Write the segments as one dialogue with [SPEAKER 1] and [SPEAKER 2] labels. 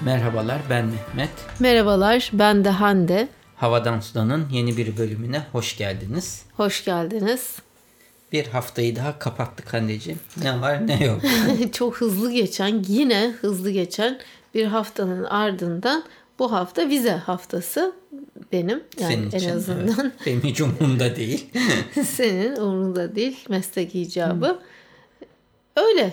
[SPEAKER 1] Merhabalar, ben Mehmet.
[SPEAKER 2] Merhabalar, ben de Hande.
[SPEAKER 1] Havadan Sudan'ın yeni bir bölümüne hoş geldiniz.
[SPEAKER 2] Hoş geldiniz.
[SPEAKER 1] Bir haftayı daha kapattık Hande'ciğim. Ne var ne yok.
[SPEAKER 2] Çok yine hızlı geçen bir haftanın ardından bu hafta vize haftası benim. Yani
[SPEAKER 1] senin için,
[SPEAKER 2] en azından.
[SPEAKER 1] Evet. Benim hiç umurumda değil.
[SPEAKER 2] Senin umurunda değil, meslek icabı. Öyle.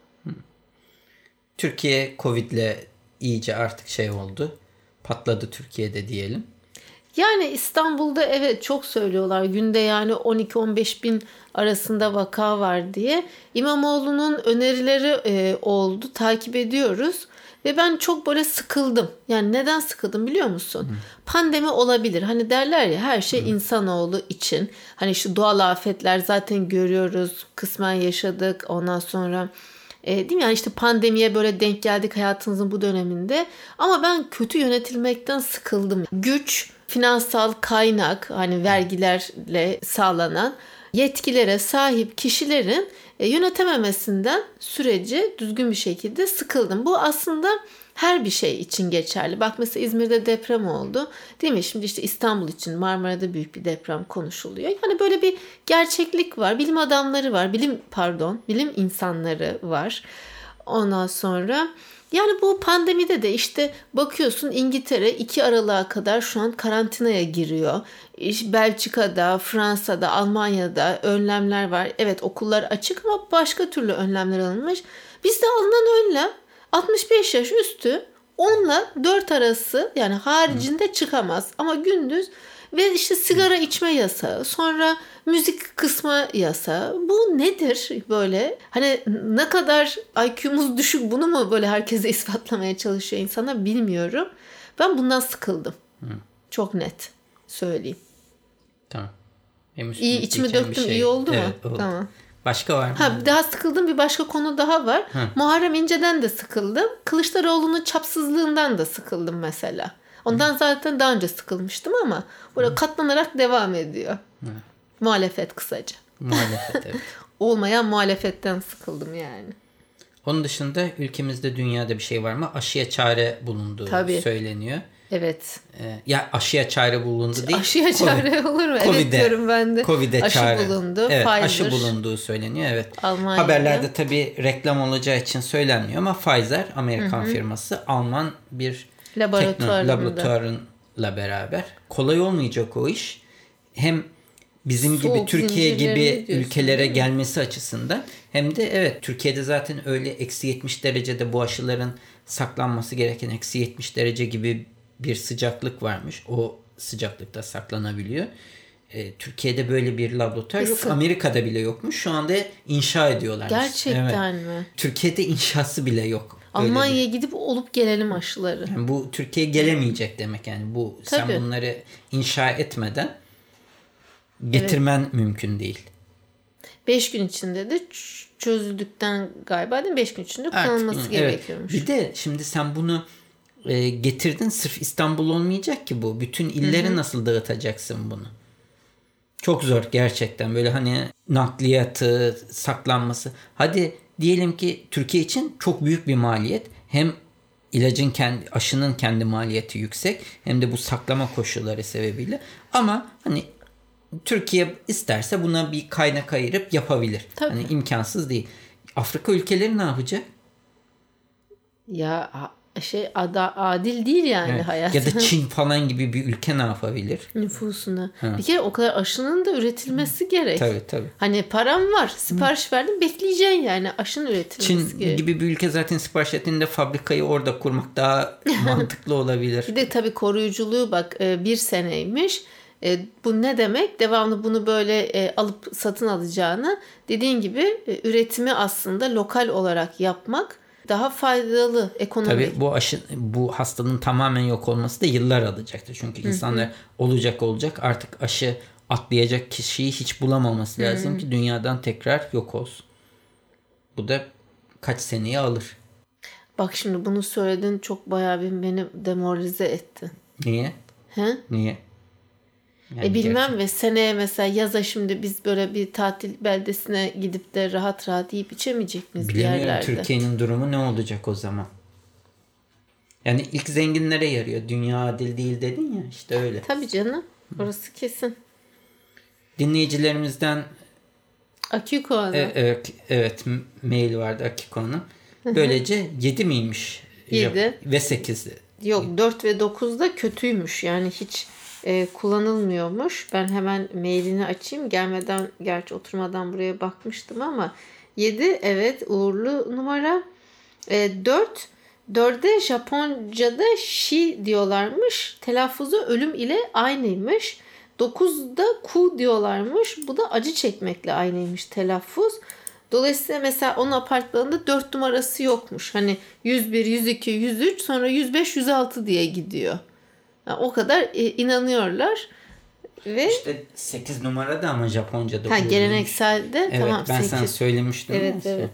[SPEAKER 1] Türkiye Covid'le iyice artık oldu. Patladı Türkiye'de diyelim.
[SPEAKER 2] Yani İstanbul'da evet çok söylüyorlar. Günde yani 12-15 bin arasında vaka var diye. İmamoğlu'nun önerileri oldu. Takip ediyoruz. Ve ben çok böyle sıkıldım. Yani neden sıkıldım biliyor musun? Pandemi olabilir. Hani derler ya her şey insanoğlu için. Hani şu doğal afetler zaten görüyoruz. Kısmen yaşadık. Ondan sonra değil mi? Yani işte pandemiye böyle denk geldik hayatımızın bu döneminde. Ama ben kötü yönetilmekten sıkıldım. Güç, finansal kaynak, hani vergilerle sağlanan yetkilere sahip kişilerin yönetememesinden süreci düzgün bir şekilde sıkıldım. Bu aslında her bir şey için geçerli. Bak mesela İzmir'de deprem oldu. Değil mi? Şimdi işte İstanbul için Marmara'da büyük bir deprem konuşuluyor. Yani böyle bir gerçeklik var. Bilim adamları var. Bilim insanları var. Ondan sonra yani bu pandemide de işte bakıyorsun İngiltere 2 Aralık'a kadar şu an karantinaya giriyor. Belçika'da, Fransa'da, Almanya'da önlemler var. Evet okullar açık ama başka türlü önlemler alınmış. Bizde alınan önlem 65 yaş üstü 10 ile 4 arası yani haricinde çıkamaz. Ama gündüz ve işte sigara içme yasağı, sonra müzik kısmı yasağı. Bu nedir böyle? Hani ne kadar IQ'muz düşük bunu mu böyle herkese ispatlamaya çalışıyor insana bilmiyorum. Ben bundan sıkıldım. Çok net söyleyeyim.
[SPEAKER 1] Tamam.
[SPEAKER 2] İyi içimi döktüm iyi oldu mu?
[SPEAKER 1] Evet, oldu.
[SPEAKER 2] Tamam.
[SPEAKER 1] Başka var mı?
[SPEAKER 2] Daha sıkıldım bir başka konu daha var. Muharrem İnce'den de sıkıldım. Kılıçdaroğlu'nun çapsızlığından da sıkıldım mesela. Ondan zaten daha önce sıkılmıştım ama böyle katlanarak devam ediyor. Muhalefet kısaca.
[SPEAKER 1] Muhalefet evet.
[SPEAKER 2] Olmayan muhalefetten sıkıldım yani.
[SPEAKER 1] Onun dışında ülkemizde dünyada bir şey var mı? Aşıya çare bulunduğu söyleniyor.
[SPEAKER 2] Evet.
[SPEAKER 1] Ya aşıya çare bulundu değil.
[SPEAKER 2] Aşıya çare olur mu? Evet diyorum ben de.
[SPEAKER 1] Covid'e
[SPEAKER 2] aşı
[SPEAKER 1] çare.
[SPEAKER 2] bulundu.
[SPEAKER 1] Evet,
[SPEAKER 2] Pfizer.
[SPEAKER 1] aşı bulunduğu söyleniyor. Evet.
[SPEAKER 2] Almanya'da.
[SPEAKER 1] Haberlerde tabii reklam olacağı için söylenmiyor ama Pfizer Amerikan firması Alman bir laboratuvarla beraber. Kolay olmayacak o iş. Hem bizim gibi Türkiye gibi ülkelere gelmesi açısından hem de evet Türkiye'de zaten öyle eksi 70 derecede bu aşıların saklanması gereken eksi 70 derece gibi bir sıcaklık varmış. O sıcaklıkta saklanabiliyor. Türkiye'de böyle bir laboratuvar yok. Amerika'da bile yokmuş. Şu anda inşa ediyorlar.
[SPEAKER 2] Gerçekten mi?
[SPEAKER 1] Türkiye'de inşası bile yok.
[SPEAKER 2] Almanya'ya gidip olup gelelim aşıları.
[SPEAKER 1] Yani bu Türkiye'ye gelemeyecek demek yani. Sen bunları inşa etmeden getirmen mümkün değil.
[SPEAKER 2] 5 gün içinde de çözüldükten galiba değil mi? 5 gün içinde kullanılması gerekiyormuş.
[SPEAKER 1] Bir de şimdi sen bunu getirdin sırf İstanbul olmayacak ki bu. Bütün illeri nasıl dağıtacaksın bunu? Çok zor gerçekten böyle hani nakliyatı, saklanması. Hadi diyelim ki Türkiye için çok büyük bir maliyet. Hem aşının kendi maliyeti yüksek hem de bu saklama koşulları sebebiyle. Ama hani Türkiye isterse buna bir kaynak ayırıp yapabilir.
[SPEAKER 2] Tabii.
[SPEAKER 1] Hani imkansız değil. Afrika ülkeleri ne yapacak?
[SPEAKER 2] Ya adil değil yani hayat.
[SPEAKER 1] Ya da Çin falan gibi bir ülke ne yapabilir?
[SPEAKER 2] Nüfusuna. Bir kere o kadar aşının da üretilmesi gerek.
[SPEAKER 1] Tabii.
[SPEAKER 2] Hani param var, sipariş verdim, bekleyeceksin yani aşının üretilmesi gerek.
[SPEAKER 1] Çin gibi bir ülke zaten sipariş ettiğinde fabrikayı orada kurmak daha mantıklı olabilir.
[SPEAKER 2] Bir de tabii koruyuculuğu bak 1 seneymiş. Bu ne demek? Devamlı bunu böyle alıp satın alacağını dediğin gibi üretimi aslında lokal olarak yapmak daha faydalı ekonomik.
[SPEAKER 1] Tabii bu hastalığın tamamen yok olması da yıllar alacaktır. Çünkü insanlar olacak artık aşı atlayacak kişiyi hiç bulamaması lazım ki dünyadan tekrar yok olsun. Bu da kaç seneyi alır.
[SPEAKER 2] Bak şimdi bunu söyledin çok bayağı beni demoralize etti.
[SPEAKER 1] Niye?
[SPEAKER 2] He?
[SPEAKER 1] Niye? Yani
[SPEAKER 2] bilmem ve seneye mesela yaza şimdi biz böyle bir tatil beldesine gidip de rahat rahat yiyip içemeyecek miyiz bir yerlerde?
[SPEAKER 1] Bilemiyorum Türkiye'nin durumu ne olacak o zaman? Yani ilk zenginlere yarıyor. Dünya adil değil dedin ya, işte öyle.
[SPEAKER 2] Tabii canım. Orası kesin.
[SPEAKER 1] Dinleyicilerimizden
[SPEAKER 2] Akiko'na.
[SPEAKER 1] evet mail vardı Akiko'nun. Böylece 7 miymiş?
[SPEAKER 2] 7
[SPEAKER 1] ve 8'di.
[SPEAKER 2] Yok, 4 ve 9 da kötüymüş. Yani hiç kullanılmıyormuş. Ben hemen mailini açayım. Gelmeden, gerçi oturmadan buraya bakmıştım ama 7 evet uğurlu numara. 4'e Japonca'da shi diyorlarmış. Telaffuzu ölüm ile aynıymış. 9'da ku diyorlarmış. Bu da acı çekmekle aynıymış telaffuz. Dolayısıyla mesela onun apartmanında 4 numarası yokmuş. Hani 101, 102, 103 sonra 105, 106 diye gidiyor. Yani o kadar inanıyorlar. Ve
[SPEAKER 1] İşte 8 numara da ama Japonca'da.
[SPEAKER 2] Gelenekselde
[SPEAKER 1] evet,
[SPEAKER 2] tamam.
[SPEAKER 1] Ben
[SPEAKER 2] 8.
[SPEAKER 1] sana söylemiştim.
[SPEAKER 2] Evet.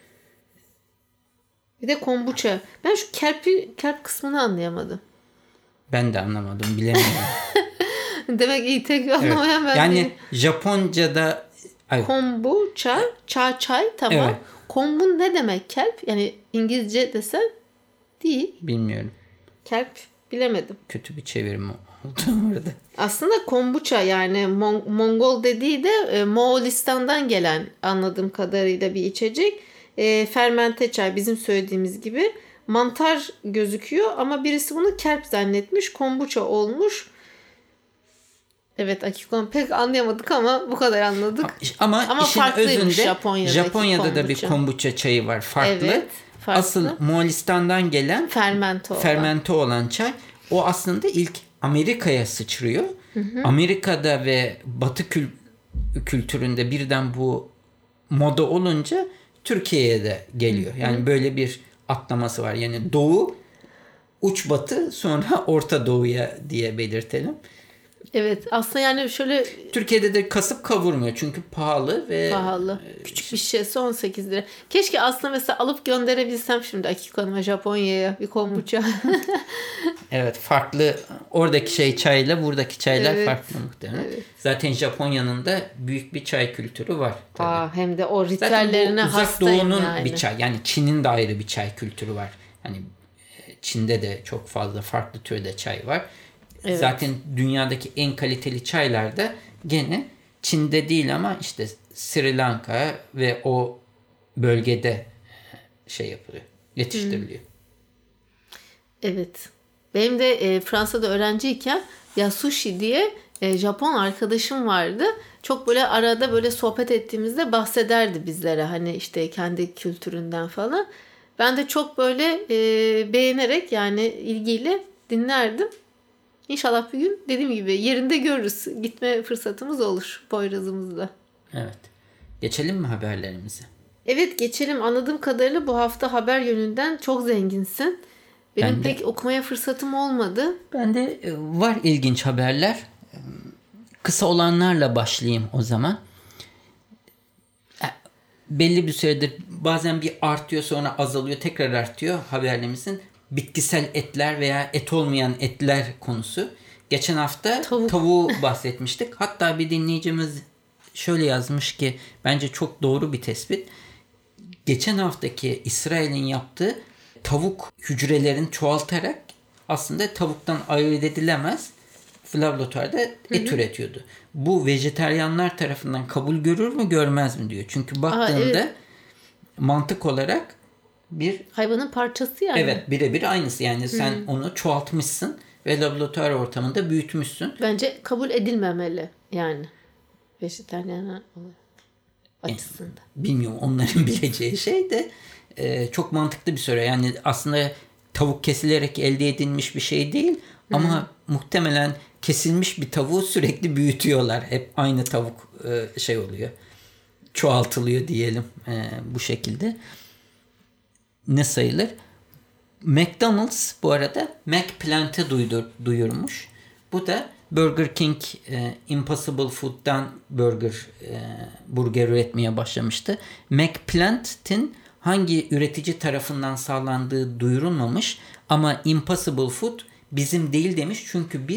[SPEAKER 2] Bir de kombuça. Ben şu kelp kısmını anlayamadım.
[SPEAKER 1] Ben de anlamadım. Bilemiyorum.
[SPEAKER 2] Demek iyi tek anlamayan ben
[SPEAKER 1] yani
[SPEAKER 2] değilim.
[SPEAKER 1] Japonca'da
[SPEAKER 2] Kombuça, çay tamam.
[SPEAKER 1] Evet.
[SPEAKER 2] Kombu ne demek kelp? Yani İngilizce desen değil.
[SPEAKER 1] Bilmiyorum.
[SPEAKER 2] Kelp bilemedim.
[SPEAKER 1] Kötü bir çevirim oldu orada.
[SPEAKER 2] Aslında kombuça yani Mongol dediği de Moğolistan'dan gelen anladığım kadarıyla bir içecek. Fermente çay bizim söylediğimiz gibi. Mantar gözüküyor ama birisi bunu kelp zannetmiş. Kombuça olmuş. Evet Akiko'nu pek anlayamadık ama bu kadar anladık.
[SPEAKER 1] Ama işin özünde Japonya'da da bir
[SPEAKER 2] kombuça.
[SPEAKER 1] Kombuça çayı var. Farklı.
[SPEAKER 2] Evet, farklı.
[SPEAKER 1] Asıl Moğolistan'dan gelen fermente olan çay. O aslında ilk Amerika'ya sıçrıyor. Amerika'da ve Batı kültüründe birden bu moda olunca Türkiye'ye de geliyor. Yani böyle bir atlaması var. Yani Doğu, uç Batı, sonra Orta Doğu'ya diye belirtelim.
[SPEAKER 2] Evet aslında yani şöyle
[SPEAKER 1] Türkiye'de de kasıp kavurmuyor çünkü pahalı.
[SPEAKER 2] Küçük bir şişesi 18 lira. Keşke aslında mesela alıp gönderebilsem şimdi Akiko'numa Japonya'ya bir kombuça.
[SPEAKER 1] Evet farklı, oradaki çayla buradaki çaylar farklı muhtemelen. Evet. Zaten Japonya'nın da büyük bir çay kültürü var. Tabii.
[SPEAKER 2] Hem de o ritüellerine hastayım
[SPEAKER 1] Uzak Doğu'nun
[SPEAKER 2] yani.
[SPEAKER 1] bir çay, yani Çin'in de ayrı bir çay kültürü var. Hani Çin'de de çok fazla farklı türde çay var. Evet. Zaten dünyadaki en kaliteli çaylar da gene Çin'de değil ama işte Sri Lanka ve o bölgede yapılıyor, yetiştiriliyor.
[SPEAKER 2] Evet. Benim de Fransa'da öğrenciyken Yasushi diye Japon arkadaşım vardı. Çok böyle arada böyle sohbet ettiğimizde bahsederdi bizlere hani işte kendi kültüründen falan. Ben de çok böyle beğenerek yani ilgiyle dinlerdim. İnşallah bir gün dediğim gibi yerinde görürüz. Gitme fırsatımız olur Poyraz'ımızda.
[SPEAKER 1] Evet. Geçelim mi haberlerimize?
[SPEAKER 2] Evet geçelim. Anladığım kadarıyla bu hafta haber yönünden çok zenginsin. Benim pek okumaya fırsatım olmadı.
[SPEAKER 1] Bende var ilginç haberler. Kısa olanlarla başlayayım o zaman. Belli bir süredir bazen bir artıyor sonra azalıyor tekrar artıyor haberlerimizin. Bitkisel etler veya et olmayan etler konusu. Geçen hafta tavuğu bahsetmiştik. Hatta bir dinleyicimiz şöyle yazmış ki bence çok doğru bir tespit. Geçen haftaki İsrail'in yaptığı tavuk hücrelerini çoğaltarak aslında tavuktan ayırt edilemez laboratuvarda et üretiyordu. Bu vejetaryenler tarafından kabul görür mü görmez mi diyor. Çünkü baktığında mantık olarak bir
[SPEAKER 2] hayvanın parçası yani.
[SPEAKER 1] Evet birebir aynısı. Yani sen onu çoğaltmışsın ve laboratuvar ortamında büyütmüşsün.
[SPEAKER 2] Bence kabul edilmemeli yani. Vejetaryenler açısından.
[SPEAKER 1] Bilmiyorum onların bileceği şey de çok mantıklı bir soru. Yani aslında tavuk kesilerek elde edilmiş bir şey değil ama muhtemelen kesilmiş bir tavuğu sürekli büyütüyorlar. Hep aynı tavuk oluyor. Çoğaltılıyor diyelim bu şekilde. Ne sayılır? McDonald's bu arada McPlant'ı duyurmuş. Bu da Burger King Impossible Food'dan burger üretmeye başlamıştı. McPlant'in hangi üretici tarafından sağlandığı duyurulmamış ama Impossible Food bizim değil demiş. Çünkü biz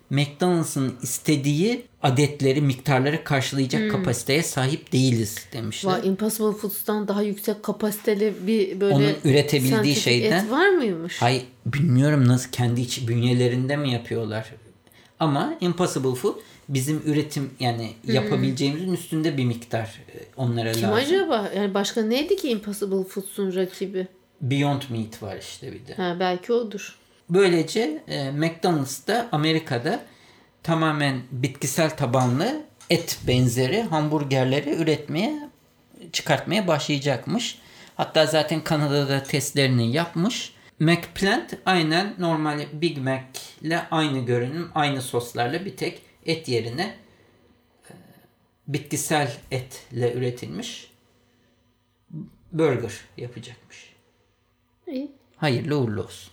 [SPEAKER 1] McDonald's'ın istediği adetleri, miktarları karşılayacak kapasiteye sahip değiliz demişler.
[SPEAKER 2] Impossible Foods'tan daha yüksek kapasiteli bir böyle
[SPEAKER 1] onun üretebildiği şeyden
[SPEAKER 2] et var mıymış?
[SPEAKER 1] Hayır, bilmiyorum nasıl, kendi iç bünyelerinde mi yapıyorlar? Ama Impossible Food bizim üretim yani yapabileceğimizin üstünde bir miktar onlara
[SPEAKER 2] Kim
[SPEAKER 1] lazım.
[SPEAKER 2] acaba? Yani başka neydi ki Impossible Foods'un rakibi?
[SPEAKER 1] Beyond Meat var işte bir de.
[SPEAKER 2] Ha, belki odur.
[SPEAKER 1] Böylece McDonald's'ta Amerika'da tamamen bitkisel tabanlı et benzeri hamburgerleri çıkartmaya başlayacakmış. Hatta zaten Kanada'da testlerini yapmış. McPlant aynen normal Big Mac ile aynı görünüm, aynı soslarla, bir tek et yerine bitkisel etle üretilmiş burger yapacakmış.
[SPEAKER 2] İyi.
[SPEAKER 1] Hayırlı uğurlu olsun.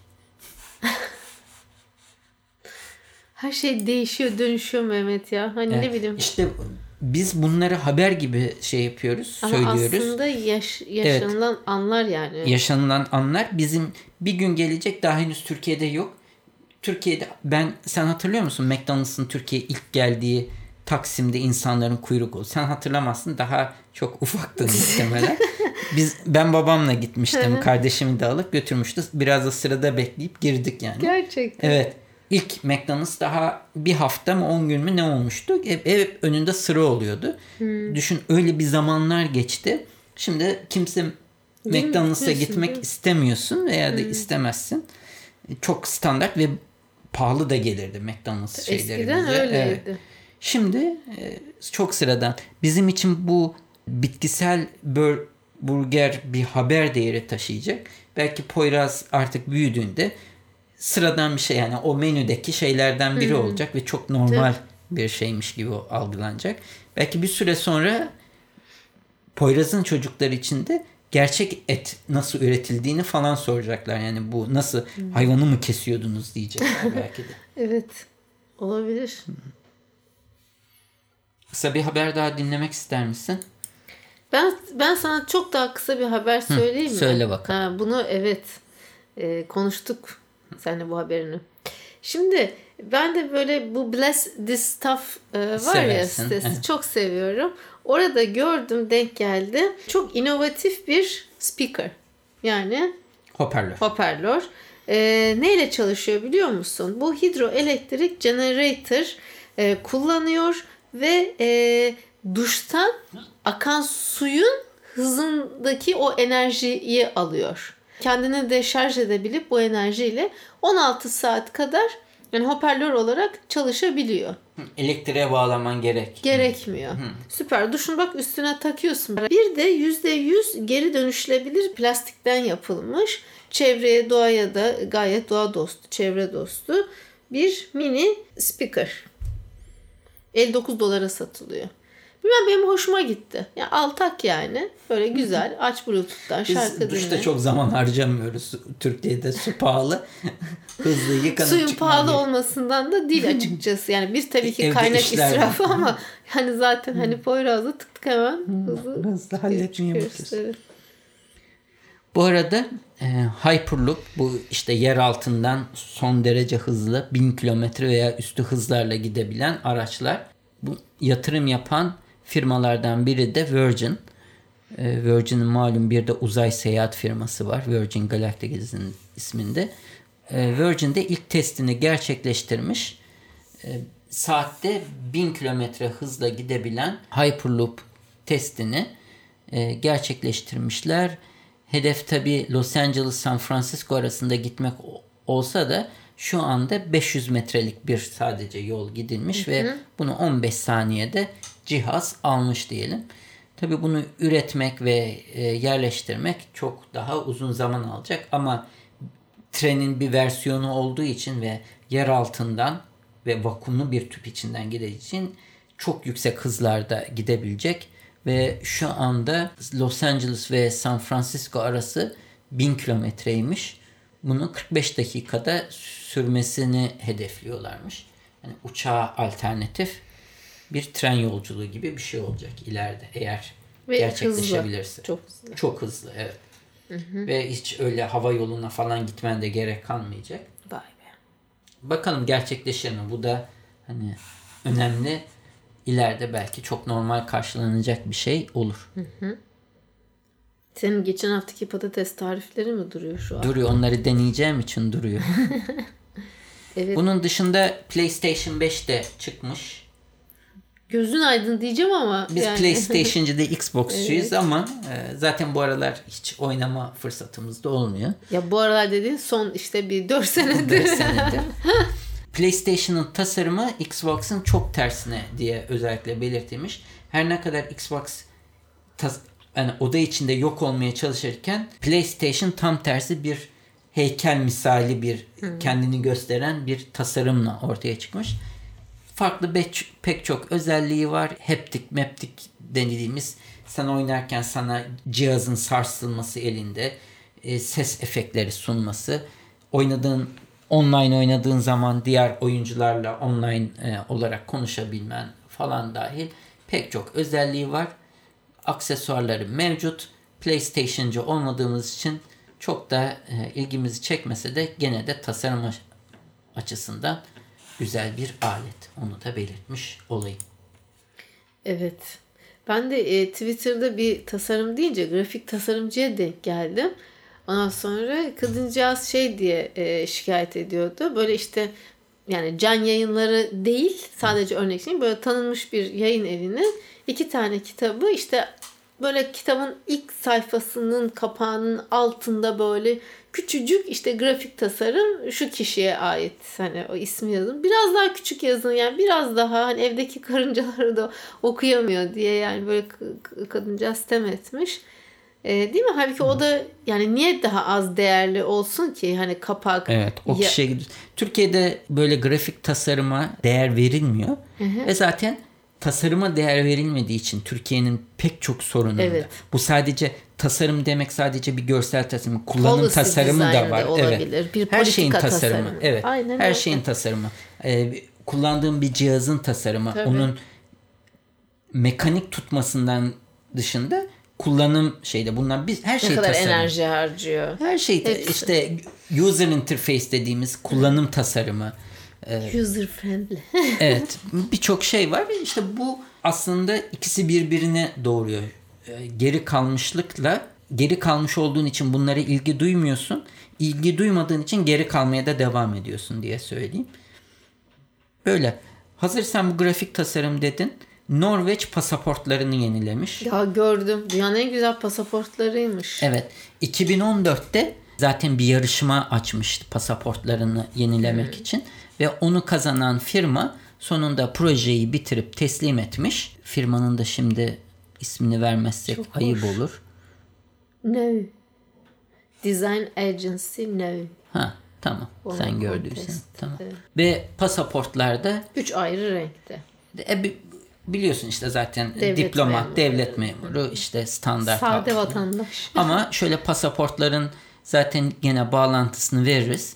[SPEAKER 2] Her şey değişiyor, dönüşüyor Mehmet ya. Hani ne bileyim.
[SPEAKER 1] İşte biz bunları haber gibi şey yapıyoruz,
[SPEAKER 2] ama
[SPEAKER 1] söylüyoruz.
[SPEAKER 2] aslında yaşanılan anlar yani.
[SPEAKER 1] Yaşanılan anlar bizim bir gün gelecek, daha henüz Türkiye'de yok. Türkiye'de sen hatırlıyor musun McDonald's'ın Türkiye'ye ilk geldiği Taksim'de insanların kuyruğu. Sen hatırlamazsın, daha çok ufaktın muhtemelen. Ben babamla gitmiştim. Kardeşimi de alıp götürmüştü. Biraz da sırada bekleyip girdik yani.
[SPEAKER 2] Gerçekten.
[SPEAKER 1] Evet. İlk McDonald's daha bir hafta mı 10 gün mü ne olmuştu? Hep önünde sıra oluyordu. Düşün, öyle bir zamanlar geçti. Şimdi kimse McDonald's'a gitmek istemiyorsun veya da istemezsin. Çok standart ve pahalı da gelirdi McDonald's şeyleri.
[SPEAKER 2] Eskiden
[SPEAKER 1] bize.
[SPEAKER 2] öyleydi.
[SPEAKER 1] Evet. Şimdi çok sıradan. Bizim için bu bitkisel burger bir haber değeri taşıyacak. Belki Poyraz artık büyüdüğünde sıradan bir şey, yani o menüdeki şeylerden biri olacak ve çok normal bir şeymiş gibi algılanacak. Belki bir süre sonra Poyraz'ın çocukları için de gerçek et nasıl üretildiğini falan soracaklar. Yani bu nasıl, hayvanı mı kesiyordunuz diyecekler belki de.
[SPEAKER 2] Evet. Olabilir.
[SPEAKER 1] Kısa bir haber daha dinlemek ister misin?
[SPEAKER 2] Ben sana çok daha kısa bir haber söyleyeyim mi?
[SPEAKER 1] Söyle bakalım.
[SPEAKER 2] Bunu konuştuk seninle bu haberini. Şimdi ben de böyle bu Bless This Stuff var
[SPEAKER 1] Seversin.
[SPEAKER 2] ya sitesi, çok seviyorum. Orada gördüm, denk geldi. Çok inovatif bir speaker. Yani hoparlör. Neyle çalışıyor biliyor musun? Bu hidroelektrik generator kullanıyor ve duştan akan suyun hızındaki o enerjiyi alıyor. Kendini de şarj edebilip bu enerjiyle 16 saat kadar yani hoparlör olarak çalışabiliyor.
[SPEAKER 1] Elektriğe bağlaman
[SPEAKER 2] Gerekmiyor. Süper. Duşun bak üstüne takıyorsun. Bir de %100 geri dönüşülebilir plastikten yapılmış. Çevreye, doğaya da gayet doğa dostu, çevre dostu bir mini speaker. $59 satılıyor. Benim hoşuma gitti. Yani altak yani. Böyle güzel. Aç Bluetooth'tan şarkı dinle.
[SPEAKER 1] Biz duşta çok zaman harcamıyoruz. Türkiye'de su pahalı. Hızlı yıkanıp
[SPEAKER 2] suyun pahalı olmasından da değil açıkçası. Yani bir tabii ki kaynak israfı ama hani zaten hani Poyraz'da tık tık hemen
[SPEAKER 1] hızlı halletmeye bakıyoruz.
[SPEAKER 2] Evet.
[SPEAKER 1] Bu arada Hyperloop, bu işte yer altından son derece hızlı 1000 kilometre veya üstü hızlarla gidebilen araçlar. Bu yatırım yapan firmalardan biri de Virgin. Virgin'in malum bir de uzay seyahat firması var. Virgin Galactic'in isminde. Virgin de ilk testini gerçekleştirmiş. Saatte 1000 kilometre hızla gidebilen Hyperloop testini gerçekleştirmişler. Hedef tabii Los Angeles San Francisco arasında gitmek olsa da şu anda 500 metrelik bir sadece yol gidilmiş ve bunu 15 saniyede cihaz almış diyelim. Tabii bunu üretmek ve yerleştirmek çok daha uzun zaman alacak ama trenin bir versiyonu olduğu için ve yer altından ve vakumlu bir tüp içinden gideceği için çok yüksek hızlarda gidebilecek ve şu anda Los Angeles ve San Francisco arası 1000 kilometreymiş. Bunu 45 dakikada sürmesini hedefliyorlarmış. Yani uçağa alternatif bir tren yolculuğu gibi bir şey olacak ileride eğer ve gerçekleşebilirse.
[SPEAKER 2] Hızlı.
[SPEAKER 1] Çok hızlı, evet. Ve hiç öyle hava yoluna falan gitmen de gerek kalmayacak.
[SPEAKER 2] Vay be.
[SPEAKER 1] Bakalım gerçekleşir mi? Bu da hani önemli, ileride belki çok normal karşılanacak bir şey olur.
[SPEAKER 2] Senin geçen haftaki patates tarifleri mi duruyor şu an?
[SPEAKER 1] Duruyor. Onları deneyeceğim için duruyor.
[SPEAKER 2] Evet.
[SPEAKER 1] Bunun dışında PlayStation 5 de çıkmış.
[SPEAKER 2] Gözün aydın diyeceğim ama.
[SPEAKER 1] Biz
[SPEAKER 2] yani.
[SPEAKER 1] PlayStation'cı da Xbox'cuyuz ama zaten bu aralar hiç oynama fırsatımız da olmuyor.
[SPEAKER 2] Ya bu aralar dediğin son işte bir 4 senedir.
[SPEAKER 1] 4 senedir. PlayStation'ın tasarımı Xbox'ın çok tersine diye özellikle belirtilmiş. Her ne kadar Xbox yani oda içinde yok olmaya çalışırken PlayStation tam tersi bir heykel misali bir kendini gösteren bir tasarımla ortaya çıkmış. Farklı pek çok özelliği var. Haptik dediğimiz, sen oynarken sana cihazın sarsılması elinde, ses efektleri sunması, online oynadığın zaman diğer oyuncularla online olarak konuşabilmen falan dahil pek çok özelliği var. Aksesuarları mevcut. PlayStation'cı olmadığımız için çok da ilgimizi çekmese de gene de tasarım açısından güzel bir alet. Onu da belirtmiş olayım.
[SPEAKER 2] Evet. Ben de Twitter'da bir tasarım deyince grafik tasarımcıya denk geldim. Ondan sonra kadıncağız şey diye şikayet ediyordu. Böyle işte yani can yayınları değil, sadece örnek değil, böyle tanınmış bir yayın evinin 2 tane kitabı işte böyle kitabın ilk sayfasının kapağının altında böyle küçücük işte grafik tasarım şu kişiye ait, hani o ismi yazın. Biraz daha küçük yazın, yani biraz daha hani evdeki karıncaları da okuyamıyor diye, yani böyle kadıncağız sitem etmiş. Değil mi? Halbuki o da yani niye daha az değerli olsun ki, hani kapak.
[SPEAKER 1] Evet, o kişiye Türkiye'de böyle grafik tasarıma değer verilmiyor. Ve zaten tasarıma değer verilmediği için Türkiye'nin pek çok sorununda. Evet. Bu sadece tasarım demek, sadece bir görsel tasarım, kullanım policy tasarımı da var.
[SPEAKER 2] Olabilir.
[SPEAKER 1] Evet.
[SPEAKER 2] Bir
[SPEAKER 1] her şeyin
[SPEAKER 2] tasarımı.
[SPEAKER 1] Evet.
[SPEAKER 2] Aynen
[SPEAKER 1] her
[SPEAKER 2] öyle.
[SPEAKER 1] şeyin tasarımı. Kullandığım bir cihazın tasarımı,
[SPEAKER 2] tabii,
[SPEAKER 1] onun mekanik tutmasından dışında kullanım şeyde, bunlar her şey tasarım.
[SPEAKER 2] Ne kadar enerji harcıyor.
[SPEAKER 1] Her şey işte user interface dediğimiz kullanım tasarımı.
[SPEAKER 2] User friendly.
[SPEAKER 1] Evet, birçok şey var ve işte bu aslında ikisi birbirine doğuruyor. Geri kalmış olduğun için bunlara ilgi duymuyorsun. İlgi duymadığın için geri kalmaya da devam ediyorsun diye söyleyeyim. Böyle. Hazır sen bu grafik tasarım dedin. Norveç pasaportlarını yenilemiş.
[SPEAKER 2] Ya gördüm. Dünyanın en güzel pasaportlarıymış.
[SPEAKER 1] Evet. 2014'te zaten bir yarışma açmıştı pasaportlarını yenilemek için. Ve onu kazanan firma sonunda projeyi bitirip teslim etmiş. Firmanın da şimdi ismini vermezsek çok ayıp olur.
[SPEAKER 2] No. Design Agency No.
[SPEAKER 1] Ha, tamam. Sen gördüysen. Tamam. Evet. Ve pasaportlarda
[SPEAKER 2] 3 ayrı renkte.
[SPEAKER 1] Biliyorsun işte zaten diplomat, devlet memuru, işte standart.
[SPEAKER 2] Sade vatandaş.
[SPEAKER 1] Ama şöyle pasaportların zaten gene bağlantısını veririz.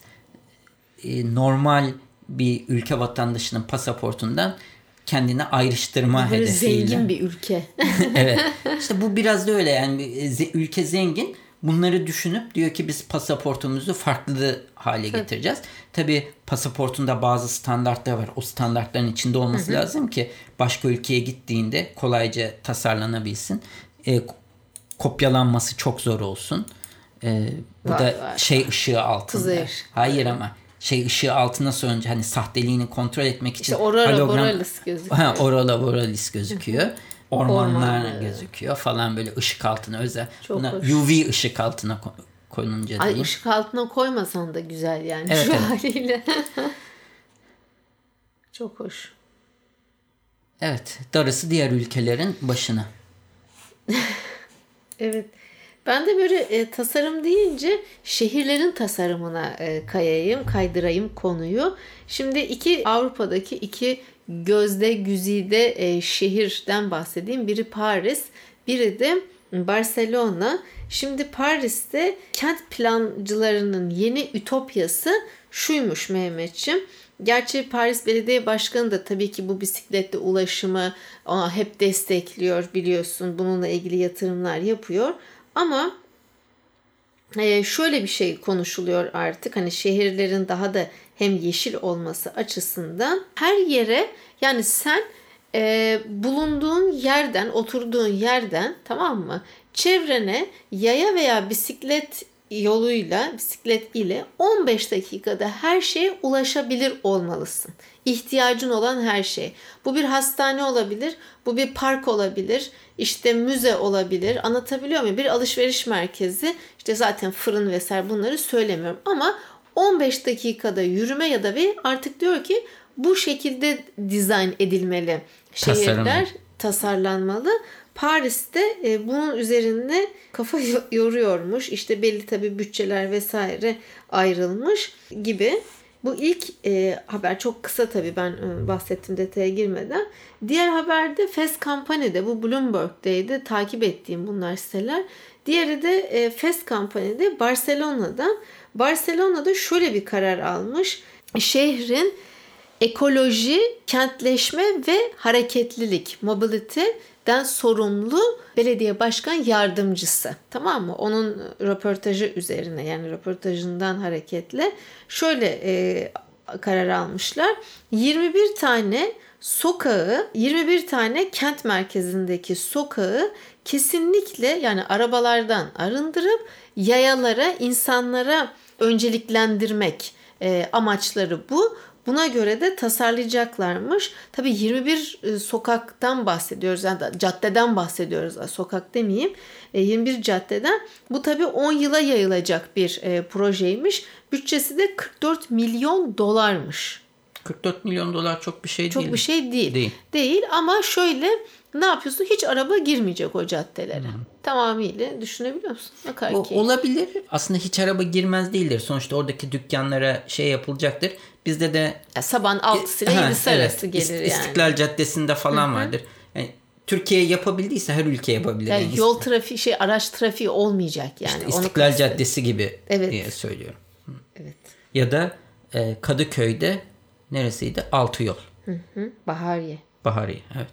[SPEAKER 1] Normal bir ülke vatandaşının pasaportundan kendini ayrıştırma
[SPEAKER 2] böyle
[SPEAKER 1] hedefiyle.
[SPEAKER 2] Zengin bir ülke.
[SPEAKER 1] Evet. İşte bu biraz da öyle, yani ülke zengin. Bunları düşünüp diyor ki biz pasaportumuzu farklı hale getireceğiz. Tabii pasaportunda bazı standartlar var. O standartların içinde olması lazım ki başka ülkeye gittiğinde kolayca tasarlanabilsin. Kopyalanması çok zor olsun. Bu da ışığı altında. Hayır ama ışığı altına soğunca hani sahteliğini kontrol etmek için
[SPEAKER 2] İşte Aurora Borealis gözüküyor.
[SPEAKER 1] Aurora Borealis gözüküyor. Ormanlar gözüküyor falan, böyle ışık altına özel. Buna UV ışık altına konunca diyeyim.
[SPEAKER 2] Işık altına koymasan da güzel yani, evet, şu haliyle. Çok hoş.
[SPEAKER 1] Evet, darısı diğer ülkelerin başına.
[SPEAKER 2] Evet. Ben de böyle tasarım deyince şehirlerin tasarımına kaydırayım konuyu. Şimdi Avrupa'daki iki gözde güzide şehirden bahsedeyim. Biri Paris, biri de Barcelona. Şimdi Paris'te kent plancılarının yeni ütopyası şuymuş Mehmetciğim. Gerçi Paris Belediye Başkanı da tabii ki bu bisikletle ulaşımı hep destekliyor, biliyorsun. Bununla ilgili yatırımlar yapıyor. Ama Şöyle bir şey konuşuluyor artık. Hani şehirlerin daha da hem yeşil olması açısından her yere, yani sen bulunduğun yerden, oturduğun yerden, tamam mı, çevrene yaya veya bisiklet ile 15 dakikada her şeye ulaşabilir olmalısın. İhtiyacın olan her şey. Bu bir hastane olabilir, bu bir park olabilir, işte müze olabilir. Anlatabiliyor muyum? Bir alışveriş merkezi, işte zaten fırın vesaire, bunları söylemiyorum. Ama 15 dakikada yürüme ya da artık diyor ki bu şekilde dizayn edilmeli. Şehirler tasarlanmalı. Paris'te bunun üzerine kafa yoruyormuş. İşte belli tabii bütçeler vesaire ayrılmış gibi. Bu ilk haber çok kısa tabii, ben bahsettim detaya girmeden. Diğer haberde Fast Company'de, bu Bloomberg'deydi, takip ettiğim bunlar siteler. Diğeri de Fast Company'de Barcelona'da şöyle bir karar almış. Şehrin ekoloji, kentleşme ve hareketlilik, mobility'den sorumlu belediye başkan yardımcısı. Tamam mı? Onun röportajı üzerine, yani röportajından hareketle şöyle karar almışlar. 21 tane kent merkezindeki sokağı kesinlikle, yani arabalardan arındırıp yayalara, insanlara önceliklendirmek amaçları bu. Buna göre de tasarlayacaklarmış. Tabii 21 sokaktan bahsediyoruz. Yani caddeden bahsediyoruz. Sokak demeyeyim. 21 caddeden. Bu tabii 10 yıla yayılacak bir projeymiş. Bütçesi de 44 milyon dolarmış.
[SPEAKER 1] 44 milyon dolar çok bir şey değil.
[SPEAKER 2] Çok bir şey değil. Değil ama şöyle, ne yapıyorsun? Hiç araba girmeyecek o caddelere. Tamamıyla düşünebiliyor musun?
[SPEAKER 1] Olabilir. Aslında hiç araba girmez değildir. Sonuçta oradaki dükkanlara şey yapılacaktır. Bizde de
[SPEAKER 2] sabahın 6'sı ile 7'si arası gelir yani.
[SPEAKER 1] İstiklal Caddesi'nde falan vardır. Yani Türkiye yapabildiyse her ülke yapabilir.
[SPEAKER 2] Yani yol trafiği, araç trafiği olmayacak yani.
[SPEAKER 1] İşte İstiklal Caddesi gibi diye söylüyorum.
[SPEAKER 2] Evet.
[SPEAKER 1] Ya da Kadıköy'de neresiydi? Altıyol.
[SPEAKER 2] Bahariye,
[SPEAKER 1] evet.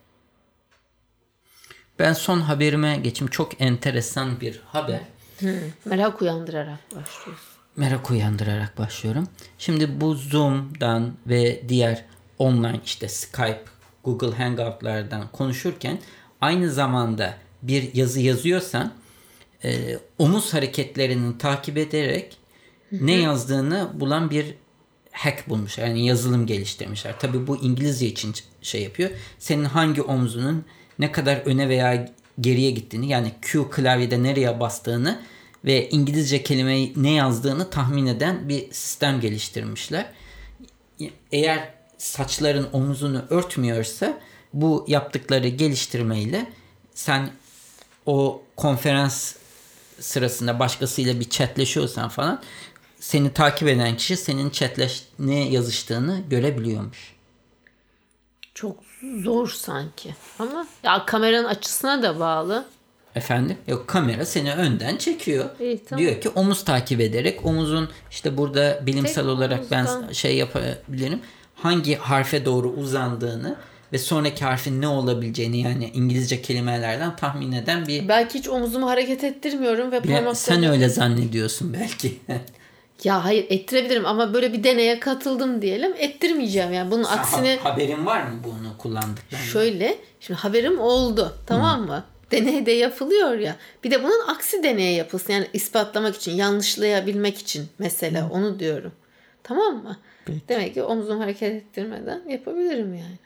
[SPEAKER 1] Ben son haberime geçeyim. Çok enteresan bir haber.
[SPEAKER 2] Merak uyandırarak başlıyorum. Şimdi bu Zoom'dan ve diğer online, işte Skype, Google Hangout'lardan konuşurken aynı zamanda bir yazı yazıyorsan omuz hareketlerini takip ederek ne yazdığını bulan bir hack bulmuşlar. Yani yazılım geliştirmişler. Tabii bu İngilizce için şey yapıyor. Senin hangi omzunun ne kadar öne veya geriye gittiğini, yani Q klavyede nereye bastığını ve İngilizce kelimeyi ne yazdığını tahmin eden bir sistem geliştirmişler. Eğer saçların omuzunu örtmüyorsa bu yaptıkları geliştirmeyle sen o konferans sırasında başkasıyla bir chatleşiyorsan falan, seni takip eden kişi senin ne yazıştığını görebiliyormuş. Çok zor sanki. Ama ya kameranın açısına da bağlı.
[SPEAKER 1] Efendim? Yok, kamera seni önden çekiyor.
[SPEAKER 2] Tamam.
[SPEAKER 1] Diyor ki omuz takip ederek, omuzun işte burada bilimsel olarak ben şey yapabilirim. Hangi harfe doğru uzandığını ve sonraki harfin ne olabileceğini, yani İngilizce kelimelerden tahmin eden bir...
[SPEAKER 2] Belki hiç omuzumu hareket ettirmiyorum ve parmaklarımı...
[SPEAKER 1] Sen öyle zannediyorsun belki.
[SPEAKER 2] Ya hayır, ettirebilirim ama böyle bir deneye katıldım diyelim, ettirmeyeceğim yani. Bunun aksine...
[SPEAKER 1] Haberin var mı bunu kullandıklarında?
[SPEAKER 2] Şöyle, şimdi haberim oldu, tamam mı? Deney de yapılıyor ya. Bir de bunun aksi deneye yapılsın. Yani ispatlamak için, yanlışlayabilmek için mesela, onu diyorum. Tamam mı? Peki. Demek ki omuzumu hareket ettirmeden yapabilirim yani.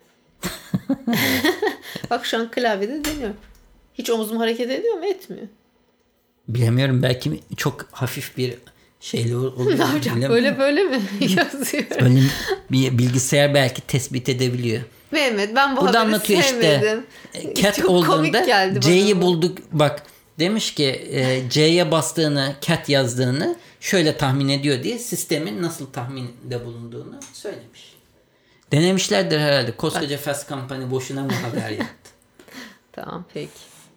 [SPEAKER 2] Bak şu an klavyede deniyorum. Hiç omuzum hareket ediyor mu? Etmiyor.
[SPEAKER 1] Bilemiyorum, belki çok hafif bir şeyle oluyor.
[SPEAKER 2] Ne yapacağım? Böyle mi yazıyor?
[SPEAKER 1] Öyle bir bilgisayar belki tespit edebiliyor.
[SPEAKER 2] Mehmet, ben bu
[SPEAKER 1] burada
[SPEAKER 2] haberi
[SPEAKER 1] anlatıyor
[SPEAKER 2] sevmedim.
[SPEAKER 1] İşte Cat olduğunda C'yi bulduk. Bak demiş ki C'ye bastığını, Cat yazdığını şöyle tahmin ediyor diye sistemin nasıl tahminde bulunduğunu söylemiş. Denemişlerdir herhalde. Koskoca Fast Company boşuna mı haber yaptı?
[SPEAKER 2] Tamam, peki.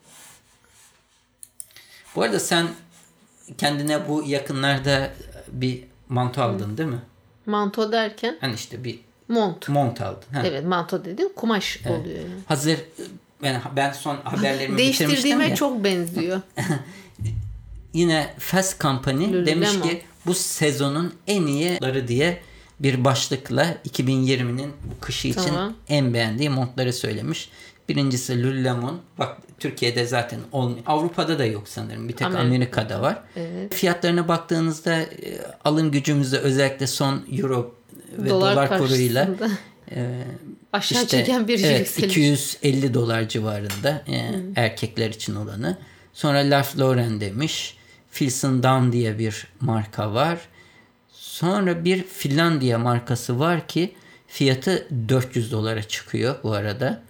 [SPEAKER 1] Bu arada sen kendine bu yakınlarda bir manto aldın değil mi?
[SPEAKER 2] Manto derken?
[SPEAKER 1] Hani işte bir
[SPEAKER 2] mont
[SPEAKER 1] aldın.
[SPEAKER 2] Evet, manto dediğin kumaş oluyor yani.
[SPEAKER 1] Hazır ben son haberlerimi
[SPEAKER 2] değiştirdiğime çok benziyor.
[SPEAKER 1] yine Fast Company
[SPEAKER 2] Lululemon
[SPEAKER 1] demiş ki bu sezonun en iyileri diye bir başlıkla 2020'nin bu kışı için en beğendiği montları söylemiş. Birincisi Lululemon. Bak Türkiye'de zaten olmuyor. Avrupa'da da yok sanırım. Bir tek Amerika'da var.
[SPEAKER 2] Evet.
[SPEAKER 1] Fiyatlarına baktığınızda alım gücümüzde özellikle son euro ve dolar kuruyla
[SPEAKER 2] aşağı çeken bir yükseliş.
[SPEAKER 1] $250 civarında erkekler için olanı. Sonra Ralph Lauren demiş. Filson Down diye bir marka var. Sonra bir Finlandiya markası var ki fiyatı $400 çıkıyor bu arada.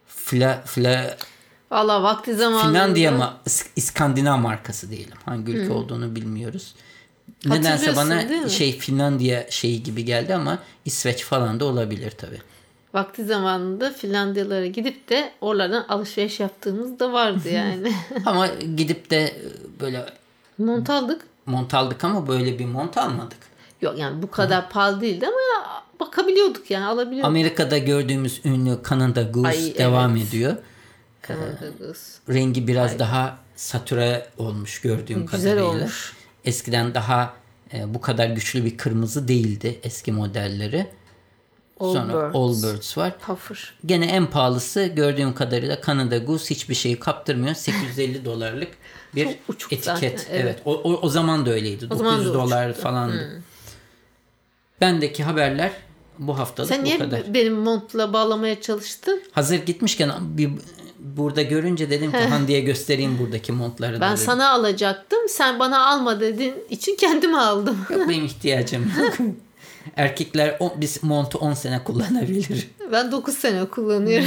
[SPEAKER 2] Valla vakti zamanında.
[SPEAKER 1] Finlandiya İskandinav markası diyelim. Hangi ülke olduğunu bilmiyoruz. Nedense bana Finlandiya şeyi gibi geldi ama İsveç falan da olabilir tabii.
[SPEAKER 2] Vakti zamanında Finlandiyalara gidip de oralardan alışveriş yaptığımız da vardı yani.
[SPEAKER 1] Ama gidip de böyle
[SPEAKER 2] mont aldık.
[SPEAKER 1] Mont aldık ama böyle bir mont almadık.
[SPEAKER 2] Yok yani bu kadar pahalı değildi ama bakabiliyorduk yani, alabiliyorduk.
[SPEAKER 1] Amerika'da gördüğümüz ünlü Canada Goose devam ediyor.
[SPEAKER 2] Canada Goose.
[SPEAKER 1] Rengi biraz daha satüre olmuş gördüğüm kadarıyla.
[SPEAKER 2] Güzel olmuş.
[SPEAKER 1] Eskiden daha bu kadar güçlü bir kırmızı değildi eski modelleri. Sonra Allbirds var.
[SPEAKER 2] Puffer.
[SPEAKER 1] Gene en pahalısı gördüğüm kadarıyla Canada Goose, hiçbir şeyi kaptırmıyor. $850 bir etiket. Zaten, evet. O zaman da öyleydi. $900 falandı. Bendeki haberler bu haftalık bu kadar.
[SPEAKER 2] Sen niye benim montla bağlamaya çalıştın?
[SPEAKER 1] Hazır gitmişken burada görünce dedim ki Hande'ye göstereyim buradaki montları.
[SPEAKER 2] Ben sana alacaktım. Sen bana alma dediğin için kendime aldım.
[SPEAKER 1] Yok, benim ihtiyacım yok. Erkekler biz montu 10 sene kullanabilir.
[SPEAKER 2] Ben 9 sene kullanıyorum.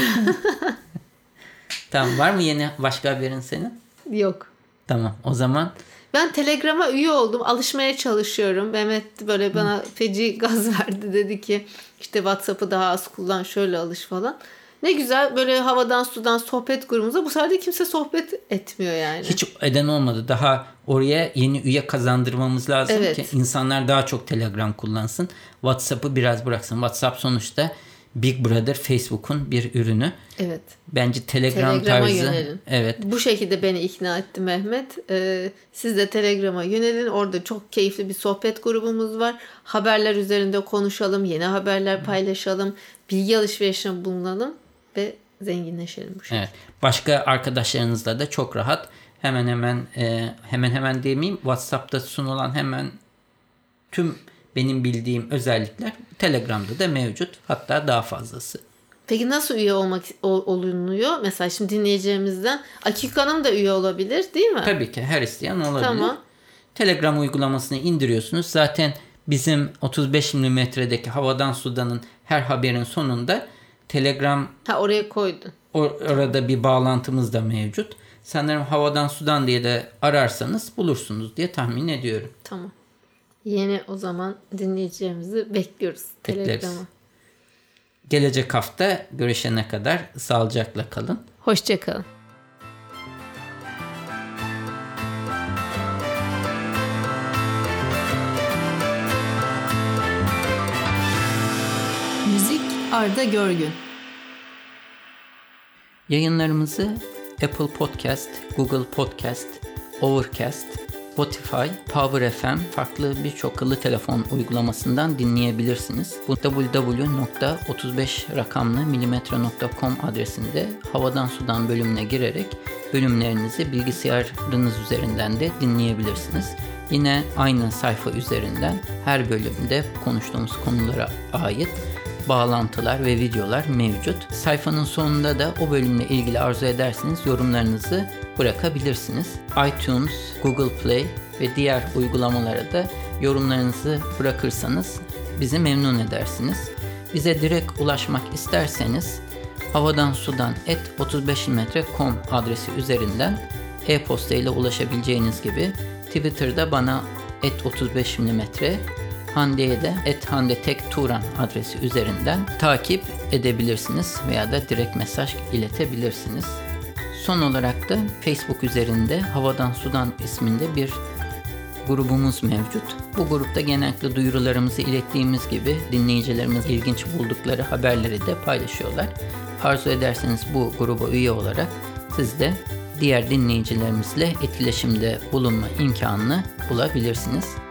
[SPEAKER 1] Tamam, var mı yeni başka haberin senin?
[SPEAKER 2] Yok.
[SPEAKER 1] Tamam, o zaman.
[SPEAKER 2] Ben Telegram'a üye oldum. Alışmaya çalışıyorum. Mehmet böyle bana feci gaz verdi. Dedi ki işte WhatsApp'ı daha az kullan, şöyle alış falan. Ne güzel, böyle havadan sudan sohbet grubumuzda bu sefer de kimse sohbet etmiyor yani.
[SPEAKER 1] Hiç eden olmadı. Daha oraya yeni üye kazandırmamız lazım ki insanlar daha çok Telegram kullansın. WhatsApp'ı biraz bıraksın. WhatsApp sonuçta Big Brother, Facebook'un bir ürünü.
[SPEAKER 2] Evet.
[SPEAKER 1] Bence Telegram'a tarzı.
[SPEAKER 2] Yönelin.
[SPEAKER 1] Evet.
[SPEAKER 2] Bu şekilde beni ikna etti Mehmet. Siz de Telegram'a yönelin. Orada çok keyifli bir sohbet grubumuz var. Haberler üzerinde konuşalım. Yeni haberler paylaşalım. Bilgi alışverişine bulunalım ve zenginleşelim bu şekilde. Evet.
[SPEAKER 1] Başka arkadaşlarınızla da çok rahat hemen hemen demeyeyim, WhatsApp'ta sunulan hemen tüm benim bildiğim özellikler Telegram'da da mevcut. Hatta daha fazlası.
[SPEAKER 2] Peki nasıl üye olunuyor? Mesela şimdi dinleyeceğimizden Akik Hanım da üye olabilir değil mi?
[SPEAKER 1] Tabii ki, her isteyen olabilir.
[SPEAKER 2] Tamam.
[SPEAKER 1] Telegram uygulamasını indiriyorsunuz. Zaten bizim 35 milimetredeki havadan sudanın her haberin sonunda Telegram
[SPEAKER 2] oraya koydun.
[SPEAKER 1] Orada bir bağlantımız da mevcut. Sanırım havadan sudan diye de ararsanız bulursunuz diye tahmin ediyorum.
[SPEAKER 2] Tamam. Yeni o zaman dinleyeceğimizi bekliyoruz. Telegram'a.
[SPEAKER 1] Gelecek hafta görüşene kadar sağlıcakla kalın.
[SPEAKER 2] Hoşça kalın. Müzik Arda Görgün.
[SPEAKER 1] Yayınlarımızı Apple Podcast, Google Podcast, Overcast, Spotify, Power FM, farklı birçok akıllı telefon uygulamasından dinleyebilirsiniz. Bu www.35rakamlı-mm.com adresinde havadan sudan bölümüne girerek bölümlerinizi bilgisayarınız üzerinden de dinleyebilirsiniz. Yine aynı sayfa üzerinden her bölümde konuştuğumuz konulara ait bağlantılar ve videolar mevcut. Sayfanın sonunda da o bölümle ilgili arzu ederseniz yorumlarınızı bırakabilirsiniz. iTunes, Google Play ve diğer uygulamalara da yorumlarınızı bırakırsanız bizi memnun edersiniz. Bize direkt ulaşmak isterseniz havadansudan@35mm.com adresi üzerinden e-posta ile ulaşabileceğiniz gibi Twitter'da bana @35mm, Hande'ye de @handetekturan adresi üzerinden takip edebilirsiniz veya da direkt mesaj iletebilirsiniz. Son olarak da Facebook üzerinde Havadan Sudan isminde bir grubumuz mevcut. Bu grupta genellikle duyurularımızı ilettiğimiz gibi dinleyicilerimiz ilginç buldukları haberleri de paylaşıyorlar. Arzu ederseniz bu gruba üye olarak siz de diğer dinleyicilerimizle etkileşimde bulunma imkanını bulabilirsiniz.